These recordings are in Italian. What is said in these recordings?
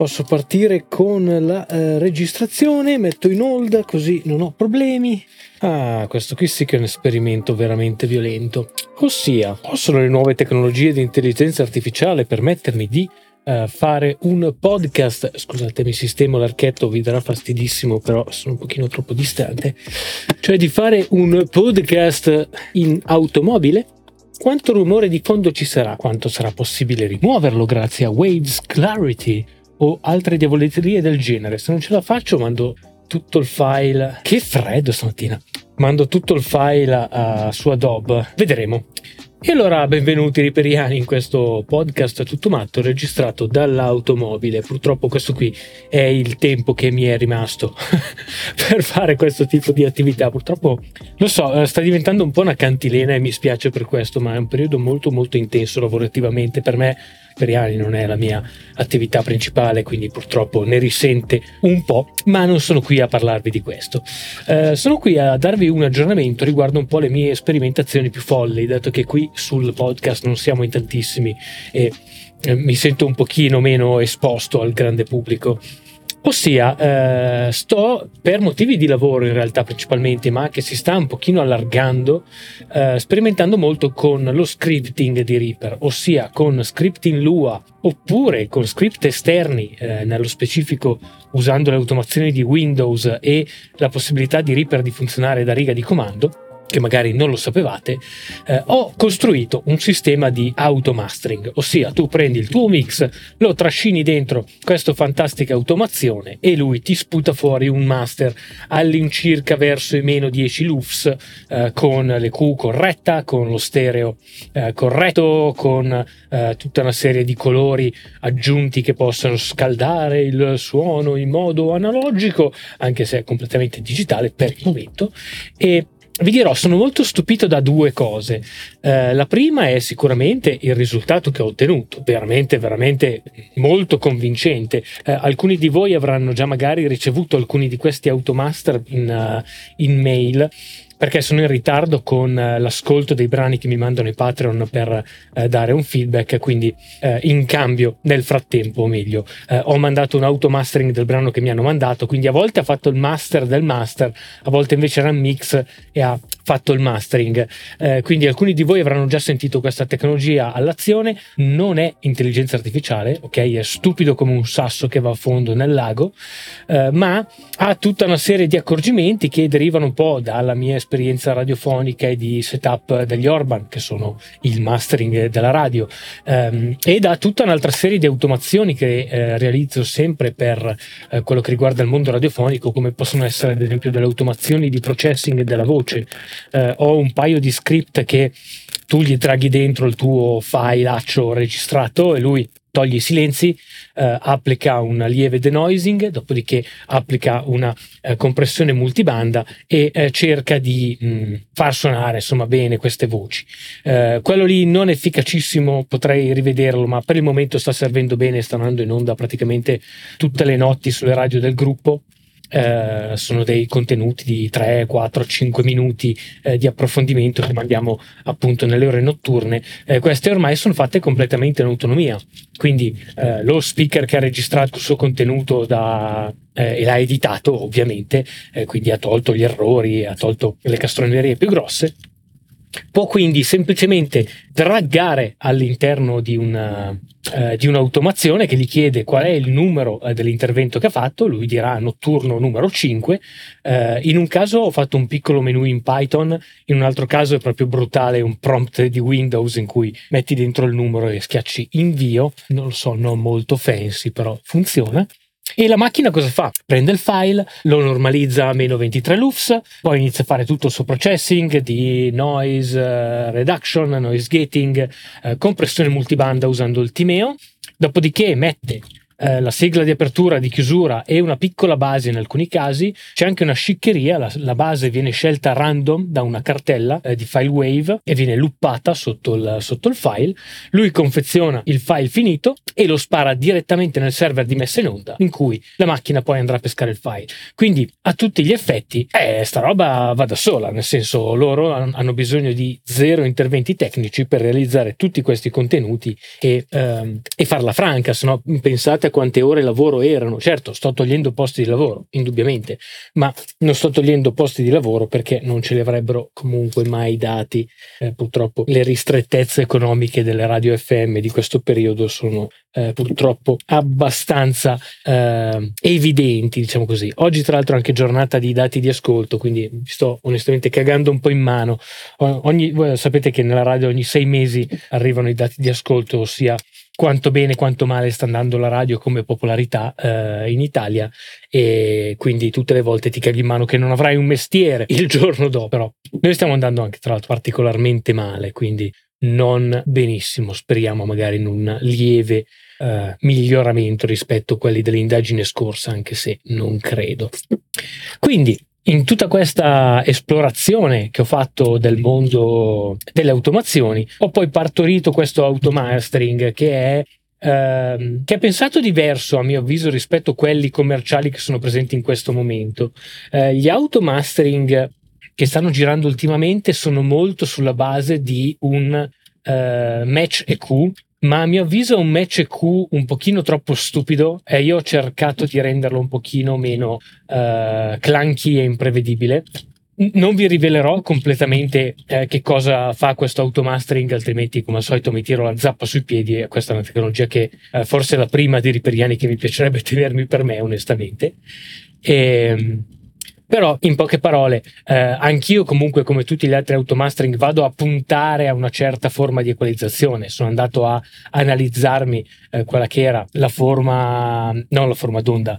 Posso partire con la registrazione, metto in hold così non ho problemi. Questo qui sì che è un esperimento veramente violento. Ossia, possono le nuove tecnologie di intelligenza artificiale permettermi di fare un podcast? Scusatemi, sistemo l'archetto, vi darà fastidissimo, però sono un pochino troppo distante. Cioè di fare un podcast in automobile? Quanto rumore di fondo ci sarà? Quanto sarà possibile rimuoverlo grazie a Waves Clarity o altre diavolerie del genere? Se non ce la faccio mando tutto il file. Che freddo stamattina. Mando tutto il file su Adobe. Vedremo. E allora benvenuti riperiani in questo podcast tutto matto registrato dall'automobile. Purtroppo questo qui è il tempo che mi è rimasto per fare questo tipo di attività. Purtroppo lo so, sta diventando un po' una cantilena e mi spiace per questo, ma è un periodo molto molto intenso lavorativamente per me. Riperiani non è la mia attività principale, quindi purtroppo ne risente un po', ma non sono qui a parlarvi di questo. Sono qui a darvi un aggiornamento riguardo un po' le mie sperimentazioni più folli, dato che qui sul podcast non siamo in tantissimi e mi sento un pochino meno esposto al grande pubblico. Ossia, sto per motivi di lavoro in realtà principalmente, ma che si sta un pochino allargando, sperimentando molto con lo scripting di Reaper, ossia con script in Lua oppure con script esterni, nello specifico usando le automazioni di Windows e la possibilità di Reaper di funzionare da riga di comando, che magari non lo sapevate. Ho costruito un sistema di automastering, ossia tu prendi il tuo mix, lo trascini dentro questa fantastica automazione e lui ti sputa fuori un master all'incirca verso i meno 10 LUFS, con l'EQ corretta, con lo stereo corretto, con tutta una serie di colori aggiunti che possono scaldare il suono in modo analogico, anche se è completamente digitale per il momento. E vi dirò, sono molto stupito da due cose. La prima è sicuramente il risultato che ho ottenuto, veramente molto convincente. Alcuni di voi avranno già magari ricevuto alcuni di questi automaster in mail, perché sono in ritardo con l'ascolto dei brani che mi mandano i Patreon per dare un feedback, quindi in cambio nel frattempo, o meglio, ho mandato un automastering del brano che mi hanno mandato, quindi a volte ha fatto il master del master, a volte invece era un mix e ha fatto il mastering. Quindi alcuni di voi avranno già sentito questa tecnologia all'azione. Non è intelligenza artificiale, ok? È stupido come un sasso che va a fondo nel lago, ma ha tutta una serie di accorgimenti che derivano un po' dalla mia esperienza radiofonica e di setup degli Orban, che sono il mastering della radio, e da tutta un'altra serie di automazioni che realizzo sempre per quello che riguarda il mondo radiofonico, come possono essere ad esempio delle automazioni di processing della voce. Ho un paio di script che tu gli draghi dentro il tuo filaccio registrato e lui toglie i silenzi, applica un lieve denoising, dopodiché applica una compressione multibanda e cerca di far suonare insomma bene queste voci. Quello lì non è efficacissimo, potrei rivederlo, ma per il momento sta servendo bene, sta andando in onda praticamente tutte le notti sulle radio del gruppo. Sono dei contenuti di 3, 4, 5 minuti di approfondimento che mandiamo appunto nelle ore notturne. Queste ormai sono fatte completamente in autonomia, quindi lo speaker che ha registrato il suo contenuto e l'ha editato ovviamente, quindi ha tolto gli errori, ha tolto le castronerie più grosse, può quindi semplicemente draggare all'interno di un'automazione che gli chiede qual è il numero dell'intervento che ha fatto. Lui dirà notturno numero 5. In un caso ho fatto un piccolo menu in Python, in un altro caso è proprio brutale, un prompt di Windows in cui metti dentro il numero e schiacci invio. Non lo so, non molto fancy, però funziona. E la macchina cosa fa? Prende il file, lo normalizza a meno 23 LUFS, poi inizia a fare tutto il suo processing di noise reduction, noise gating, compressione multibanda usando il Timeo, dopodiché mette la sigla di apertura, di chiusura e una piccola base in alcuni casi. C'è anche una sciccheria, la base viene scelta random da una cartella di file wave e viene luppata sotto il file. Lui confeziona il file finito e lo spara direttamente nel server di messa in onda, in cui la macchina poi andrà a pescare il file. Quindi a tutti gli effetti sta roba va da sola, nel senso loro hanno bisogno di zero interventi tecnici per realizzare tutti questi contenuti e farla franca. Se no, pensate a quante ore lavoro erano. Certo, sto togliendo posti di lavoro, indubbiamente, ma non sto togliendo posti di lavoro perché non ce li avrebbero comunque mai dati. Purtroppo le ristrettezze economiche delle radio FM di questo periodo sono purtroppo abbastanza evidenti, diciamo così. Oggi tra l'altro è anche giornata di dati di ascolto, quindi mi sto onestamente cagando un po' in mano. Voi sapete che nella radio ogni 6 mesi arrivano i dati di ascolto, ossia quanto bene, quanto male sta andando la radio come popolarità in Italia, e quindi tutte le volte ti caghi in mano che non avrai un mestiere il giorno dopo. Però noi stiamo andando anche tra l'altro particolarmente male, quindi non benissimo, speriamo magari in un lieve miglioramento rispetto a quelli dell'indagine scorsa, anche se non credo. Quindi in tutta questa esplorazione che ho fatto del mondo delle automazioni, ho poi partorito questo automastering che è pensato diverso a mio avviso rispetto a quelli commerciali che sono presenti in questo momento. Gli automastering che stanno girando ultimamente sono molto sulla base di un match EQ, ma a mio avviso è un match EQ un pochino troppo stupido, e io ho cercato di renderlo un pochino meno clunky e imprevedibile. Non vi rivelerò completamente che cosa fa questo automastering, altrimenti come al solito mi tiro la zappa sui piedi, e questa è una tecnologia che forse è la prima di Riperiani che mi piacerebbe tenermi per me, onestamente. Però in poche parole, anch'io comunque come tutti gli altri automastering vado a puntare a una certa forma di equalizzazione. Sono andato a analizzarmi quella che era la forma, non la forma d'onda,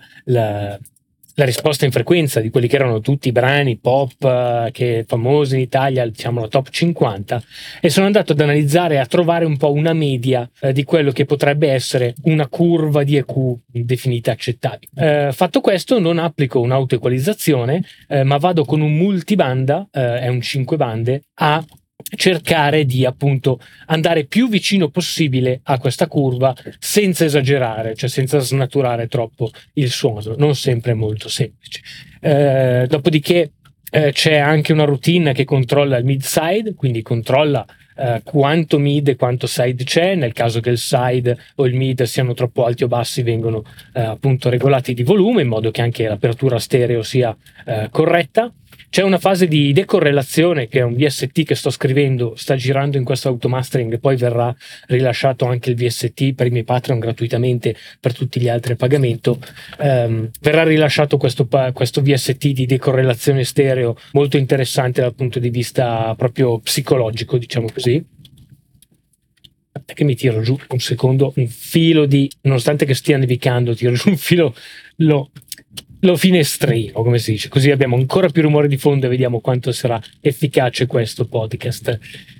la risposta in frequenza di quelli che erano tutti i brani pop che famosi in Italia, diciamo la top 50, e sono andato ad analizzare e a trovare un po' una media di quello che potrebbe essere una curva di EQ definita accettabile. Fatto questo, non applico un'autoequalizzazione, ma vado con un multibanda, è un 5 bande, a cercare di appunto andare più vicino possibile a questa curva senza esagerare, cioè senza snaturare troppo il suono. Non sempre è molto semplice. Dopodiché c'è anche una routine che controlla il mid side, quindi controlla quanto mid e quanto side c'è. Nel caso che il side o il mid siano troppo alti o bassi, vengono appunto regolati di volume in modo che anche l'apertura stereo sia corretta. C'è una fase di decorrelazione che è un VST che sto scrivendo, sta girando in questo automastering, e poi verrà rilasciato anche il VST per i miei Patreon gratuitamente, per tutti gli altri a pagamento. Verrà rilasciato questo VST di decorrelazione stereo molto interessante dal punto di vista proprio psicologico, diciamo così. Che mi tiro giù un secondo un filo nonostante che stia nevicando, tiro giù un filo, lo finestrino, come si dice, così abbiamo ancora più rumore di fondo e vediamo quanto sarà efficace questo podcast.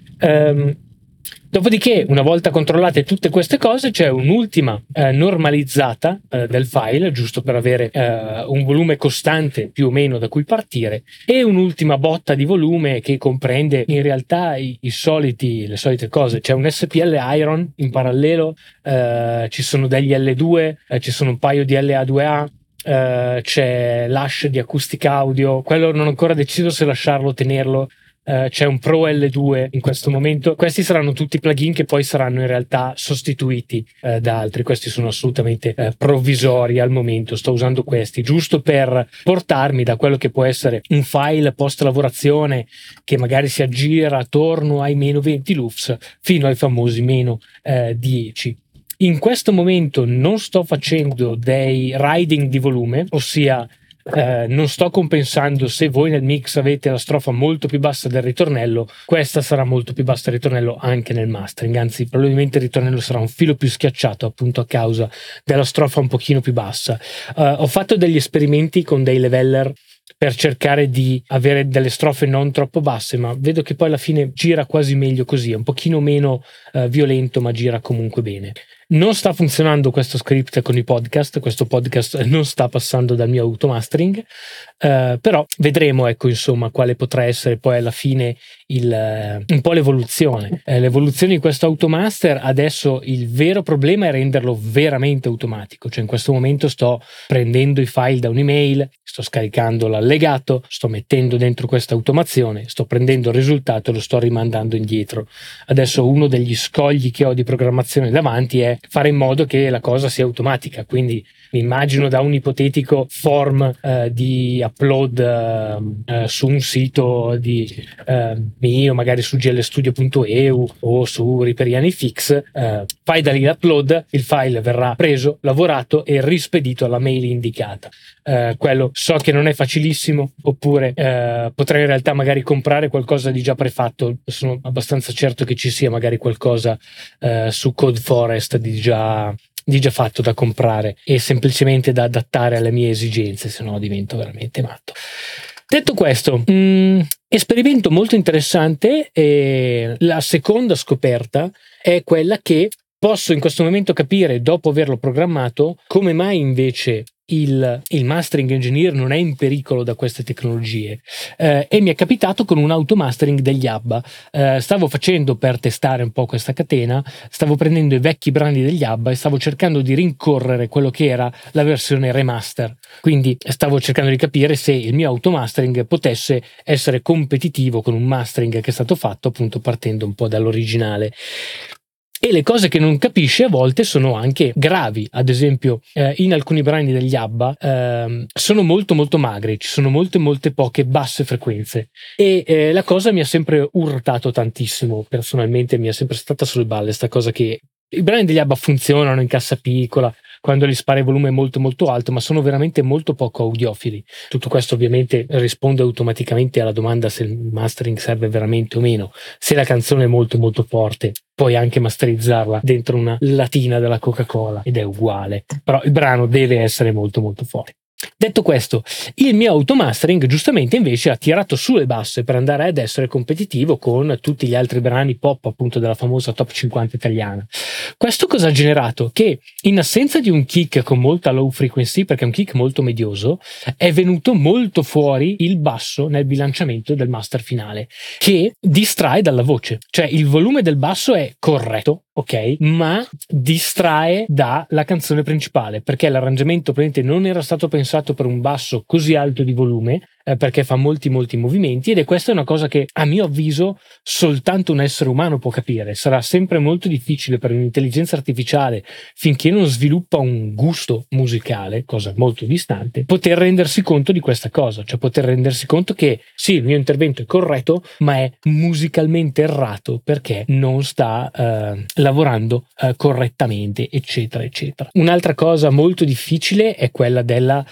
Dopodiché, una volta controllate tutte queste cose, c'è un'ultima normalizzata del file, giusto per avere un volume costante più o meno da cui partire, e un'ultima botta di volume che comprende in realtà le solite cose. C'è un SPL Iron in parallelo, ci sono degli L2, ci sono un paio di LA2A, c'è l'hash di Acoustic Audio, quello non ho ancora deciso se lasciarlo o tenerlo. C'è un Pro L2 in questo momento. Questi saranno tutti plugin che poi saranno in realtà sostituiti da altri. Questi sono assolutamente provvisori al momento. Sto usando questi giusto per portarmi da quello che può essere un file post lavorazione che magari si aggira attorno ai meno 20 lufs fino ai famosi meno 10. In questo momento non sto facendo dei riding di volume, ossia non sto compensando. Se voi nel mix avete la strofa molto più bassa del ritornello, questa sarà molto più bassa del ritornello anche nel mastering, anzi probabilmente il ritornello sarà un filo più schiacciato appunto a causa della strofa un pochino più bassa. Ho fatto degli esperimenti con dei leveller per cercare di avere delle strofe non troppo basse, ma vedo che poi alla fine gira quasi meglio così, è un pochino meno violento, ma gira comunque bene. Non sta funzionando questo script con i podcast, questo podcast non sta passando dal mio automastering, però vedremo, ecco, insomma, quale potrà essere poi alla fine un po' l'evoluzione. L'evoluzione di questo automaster, adesso il vero problema è renderlo veramente automatico, cioè in questo momento sto prendendo i file da un'email, sto scaricando l'allegato, sto mettendo dentro questa automazione, sto prendendo il risultato e lo sto rimandando indietro. Adesso uno degli scogli che ho di programmazione davanti è fare in modo che la cosa sia automatica. Quindi mi immagino da un ipotetico form di upload su un sito mio, magari su glstudio.eu o su Riperianifix, fai da lì l'upload, il file verrà preso, lavorato e rispedito alla mail indicata. Quello so che non è facilissimo, oppure potrei in realtà magari comprare qualcosa di già prefatto. Sono abbastanza certo che ci sia magari qualcosa su CodeForest di già fatto da comprare e semplicemente da adattare alle mie esigenze, se no divento veramente matto. Detto questo, esperimento molto interessante. La seconda scoperta è quella che posso in questo momento capire, dopo averlo programmato, come mai invece il mastering engineer non è in pericolo da queste tecnologie, e mi è capitato con un automastering degli ABBA. Stavo facendo, per testare un po' questa catena, stavo prendendo i vecchi brani degli ABBA e stavo cercando di rincorrere quello che era la versione remaster. Quindi stavo cercando di capire se il mio automastering potesse essere competitivo con un mastering che è stato fatto appunto partendo un po' dall'originale. E le cose che non capisce a volte sono anche gravi. Ad esempio, in alcuni brani degli ABBA sono molto molto magri, ci sono molte poche basse frequenze, e la cosa mi ha sempre urtato tantissimo. Personalmente mi è sempre stata sulle balle sta cosa, che i brani degli ABBA funzionano in cassa piccola quando li spara il volume molto molto alto, ma sono veramente molto poco audiofili. Tutto questo ovviamente risponde automaticamente alla domanda se il mastering serve veramente o meno. Se la canzone è molto molto forte, puoi anche masterizzarla dentro una latina della Coca-Cola ed è uguale, però il brano deve essere molto molto forte. Detto questo, il mio automastering giustamente invece ha tirato su le basse per andare ad essere competitivo con tutti gli altri brani pop, appunto della famosa top 50 italiana. Questo cosa ha generato? Che in assenza di un kick con molta low frequency, perché è un kick molto medioso, è venuto molto fuori il basso nel bilanciamento del master finale, che distrae dalla voce. Cioè il volume del basso è corretto, ok, ma distrae dalla canzone principale, perché l'arrangiamento praticamente non era stato pensato per un basso così alto di volume, perché fa molti movimenti, ed è questa una cosa che a mio avviso soltanto un essere umano può capire. Sarà sempre molto difficile per un'intelligenza artificiale, finché non sviluppa un gusto musicale, cosa molto distante, poter rendersi conto di questa cosa, cioè poter rendersi conto che sì, il mio intervento è corretto, ma è musicalmente errato perché non sta lavorando correttamente, eccetera eccetera. Un'altra cosa molto difficile è quella della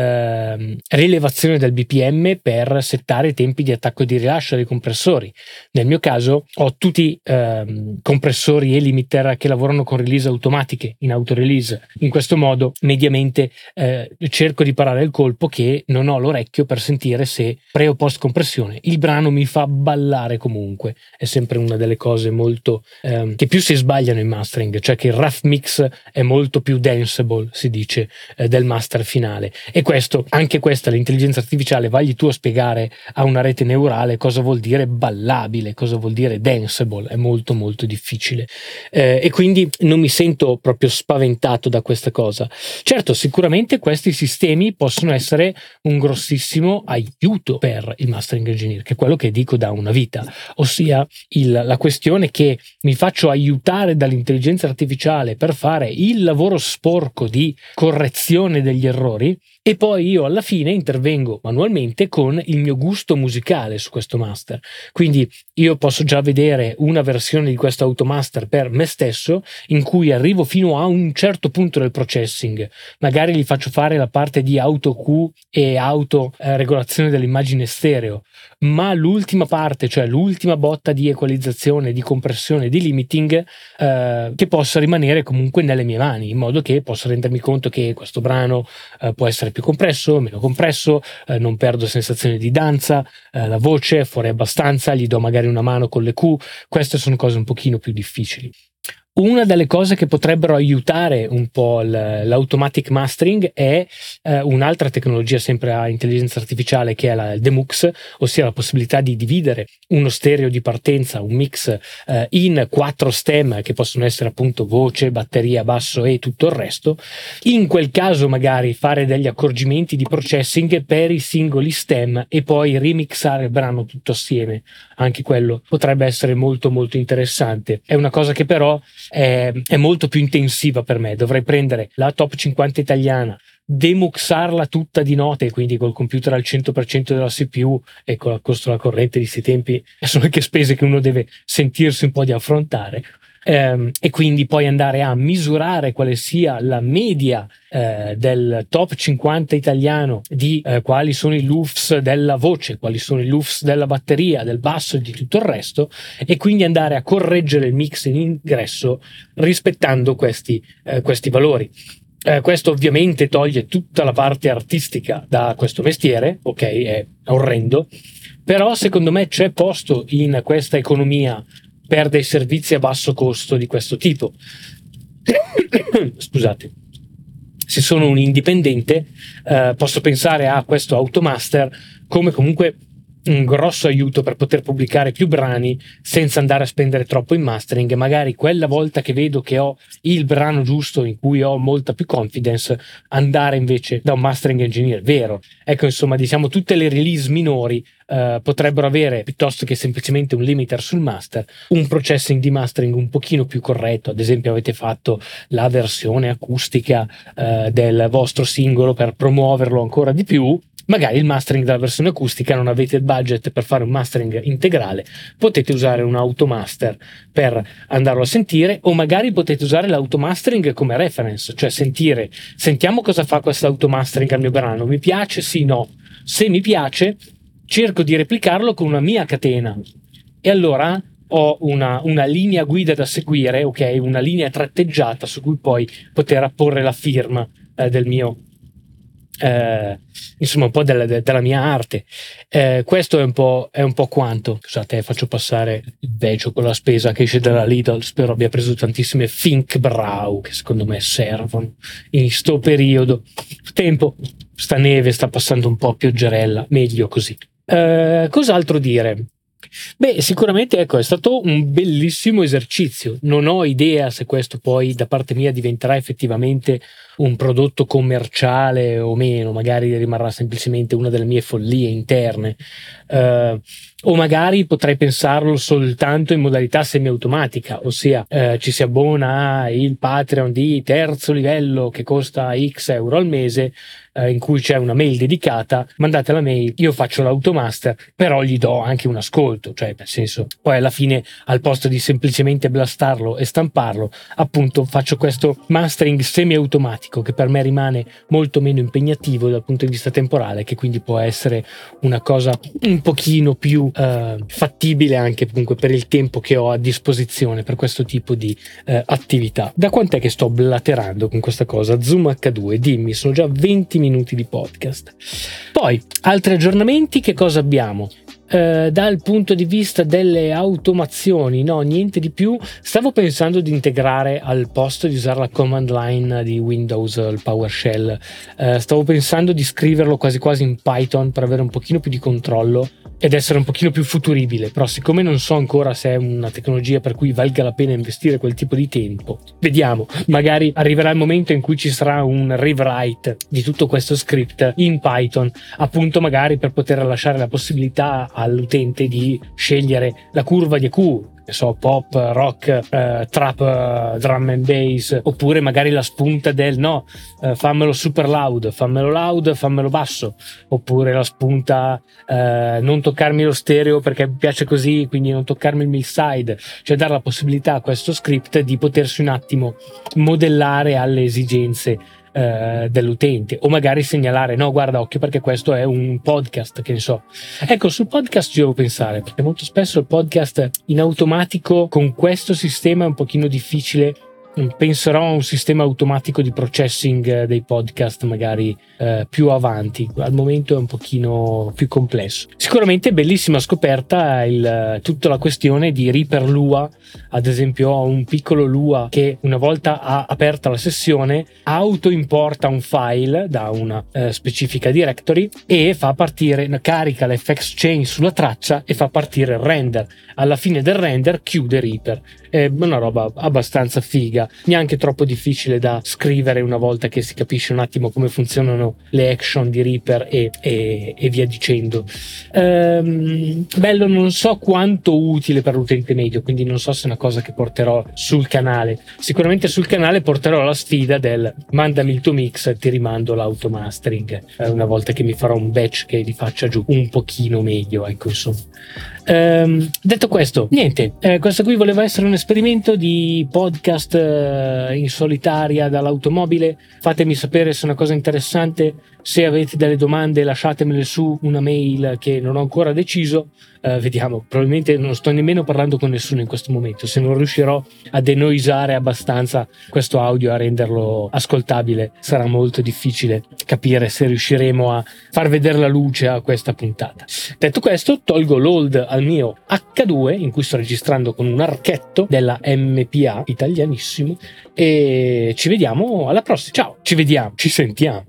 rilevazione del BPM per settare i tempi di attacco e di rilascio dei compressori. Nel mio caso ho tutti compressori e limiter che lavorano con release automatiche in autorelease. In questo modo mediamente cerco di parare il colpo, che non ho l'orecchio per sentire se pre o post compressione il brano mi fa ballare comunque. È sempre una delle cose molto che più si sbagliano in mastering, cioè che il rough mix è molto più danceable, si dice, del master finale. E questo, anche questa, l'intelligenza artificiale vagli tu a spiegare a una rete neurale cosa vuol dire ballabile, cosa vuol dire danceable, è molto molto difficile, e quindi non mi sento proprio spaventato da questa cosa. Certo, sicuramente questi sistemi possono essere un grossissimo aiuto per il mastering engineer, che è quello che dico da una vita, ossia la questione che mi faccio aiutare dall'intelligenza artificiale per fare il lavoro sporco di correzione degli errori, e poi io alla fine intervengo manualmente con il mio gusto musicale su questo master. Quindi io posso già vedere una versione di questo automaster per me stesso, in cui arrivo fino a un certo punto del processing, magari gli faccio fare la parte di auto Q e auto regolazione dell'immagine stereo, ma l'ultima parte, cioè l'ultima botta di equalizzazione, di compressione, di limiting, che possa rimanere comunque nelle mie mani, in modo che possa rendermi conto che questo brano può essere più compresso, meno compresso, non perdo sensazione di danza, la voce fuori abbastanza, gli do magari una mano con le Q. Queste sono cose un pochino più difficili. Una delle cose che potrebbero aiutare un po' l'automatic mastering è un'altra tecnologia sempre a intelligenza artificiale, che è il Demux, ossia la possibilità di dividere uno stereo di partenza, un mix, in 4 stem che possono essere appunto voce, batteria, basso e tutto il resto. In quel caso magari fare degli accorgimenti di processing per i singoli stem e poi remixare il brano tutto assieme anche quello potrebbe essere molto molto interessante. È una cosa che però è molto più intensiva per me. Dovrei prendere la top 50 italiana, demuxarla tutta di notte, quindi col computer al 100% della CPU e con il costo della corrente di questi tempi sono anche spese che uno deve sentirsi un po' di affrontare. E quindi poi andare a misurare quale sia la media del top 50 italiano di quali sono i LUFS della voce, quali sono i LUFS della batteria, del basso e di tutto il resto, e quindi andare a correggere il mix in ingresso rispettando questi valori. Questo ovviamente toglie tutta la parte artistica da questo mestiere, ok, è orrendo, però secondo me c'è posto in questa economia per dei servizi a basso costo di questo tipo. Scusate, se sono un indipendente posso pensare a questo Automaster come comunque un grosso aiuto per poter pubblicare più brani senza andare a spendere troppo in mastering, e magari quella volta che vedo che ho il brano giusto in cui ho molta più confidence andare invece da un mastering engineer vero. Ecco, insomma, diciamo tutte le release minori potrebbero avere, piuttosto che semplicemente un limiter sul master, un processing di mastering un pochino più corretto. Ad esempio avete fatto la versione acustica del vostro singolo per promuoverlo ancora di più. Magari il mastering della versione acustica non avete il budget per fare un mastering integrale, potete usare un automaster per andarlo a sentire, o magari potete usare l'automastering come reference, cioè sentiamo cosa fa questo automastering al mio brano, mi piace, sì, no. Se mi piace, cerco di replicarlo con una mia catena, e allora ho una linea guida da seguire, ok, una linea tratteggiata su cui poi poter apporre la firma del mio insomma un po' della mia arte. Questo è un po' quanto. Scusate, faccio passare il vegio con la spesa che esce dalla Lidl, spero abbia preso tantissime Think Brow che secondo me servono in sto periodo. Sta neve sta passando un po' pioggerella, meglio così. Cos'altro dire? Beh, sicuramente ecco, è stato un bellissimo esercizio. Non ho idea se questo poi da parte mia diventerà effettivamente un prodotto commerciale o meno, magari rimarrà semplicemente una delle mie follie interne, o magari potrei pensarlo soltanto in modalità semiautomatica, ossia ci si abbona il Patreon di terzo livello che costa X euro al mese, in cui c'è una mail dedicata, mandate la mail, io faccio l'automaster, però gli do anche un ascolto, cioè nel senso, poi alla fine al posto di semplicemente blastarlo e stamparlo, appunto faccio questo mastering semiautomatico che per me rimane molto meno impegnativo dal punto di vista temporale, che quindi può essere una cosa un pochino più fattibile anche comunque per il tempo che ho a disposizione per questo tipo di attività. Da quant'è che sto blaterando con questa cosa? Zoom H2, dimmi, sono già 20 minuti di podcast. Poi altri aggiornamenti, che cosa abbiamo? Dal punto di vista delle automazioni, no, niente di più. Stavo pensando di integrare, al posto di usare la command line di Windows, il PowerShell, stavo pensando di scriverlo quasi quasi in Python per avere un pochino più di controllo ed essere un pochino più futuribile, però siccome non so ancora se è una tecnologia per cui valga la pena investire quel tipo di tempo, vediamo, magari arriverà il momento in cui ci sarà un rewrite di tutto questo script in Python, appunto magari per poter lasciare la possibilità all'utente di scegliere la curva di EQ, pop, rock, trap, drum and bass, oppure magari la spunta del no, fammelo super loud, fammelo basso, oppure la spunta non toccarmi lo stereo perché mi piace così, quindi non toccarmi il mid-side, cioè dare la possibilità a questo script di potersi un attimo modellare alle esigenze dell'utente, o magari segnalare no, guarda, occhio perché questo è un podcast, che ne so. Ecco, sul podcast ci devo pensare, perché molto spesso il podcast in automatico con questo sistema è un pochino difficile. Penserò a un sistema automatico di processing dei podcast magari più avanti. Al momento è un pochino più complesso. Sicuramente bellissima scoperta tutta la questione di Reaper Lua. Ad esempio ho un piccolo Lua che una volta aperta la sessione auto-importa un file da una specifica directory e fa partire, carica l'FX chain sulla traccia e fa partire il render. Alla fine del render chiude Reaper. È una roba abbastanza figa. sfiga, neanche troppo difficile da scrivere una volta che si capisce un attimo come funzionano le action di Reaper e via dicendo. Bello, non so quanto utile per l'utente medio, quindi non so se è una cosa che porterò sul canale. Sicuramente sul canale porterò la sfida del mandami il tuo mix, ti rimando l'automastering una volta che mi farò un batch che li faccia giù un pochino meglio, ecco, insomma. Detto questo, niente, questo qui voleva essere un esperimento di podcast in solitaria dall'automobile. Fatemi sapere se è una cosa interessante. Se avete delle domande lasciatemele su una mail che non ho ancora deciso. Vediamo, probabilmente non sto nemmeno parlando con nessuno in questo momento. Se non riuscirò a denoisare abbastanza questo audio, a renderlo ascoltabile, sarà molto difficile capire se riusciremo a far vedere la luce a questa puntata. Detto questo, tolgo l'hold al mio H2 in cui sto registrando con un archetto della MPA italianissimo e ci vediamo alla prossima. Ciao, ci vediamo, ci sentiamo.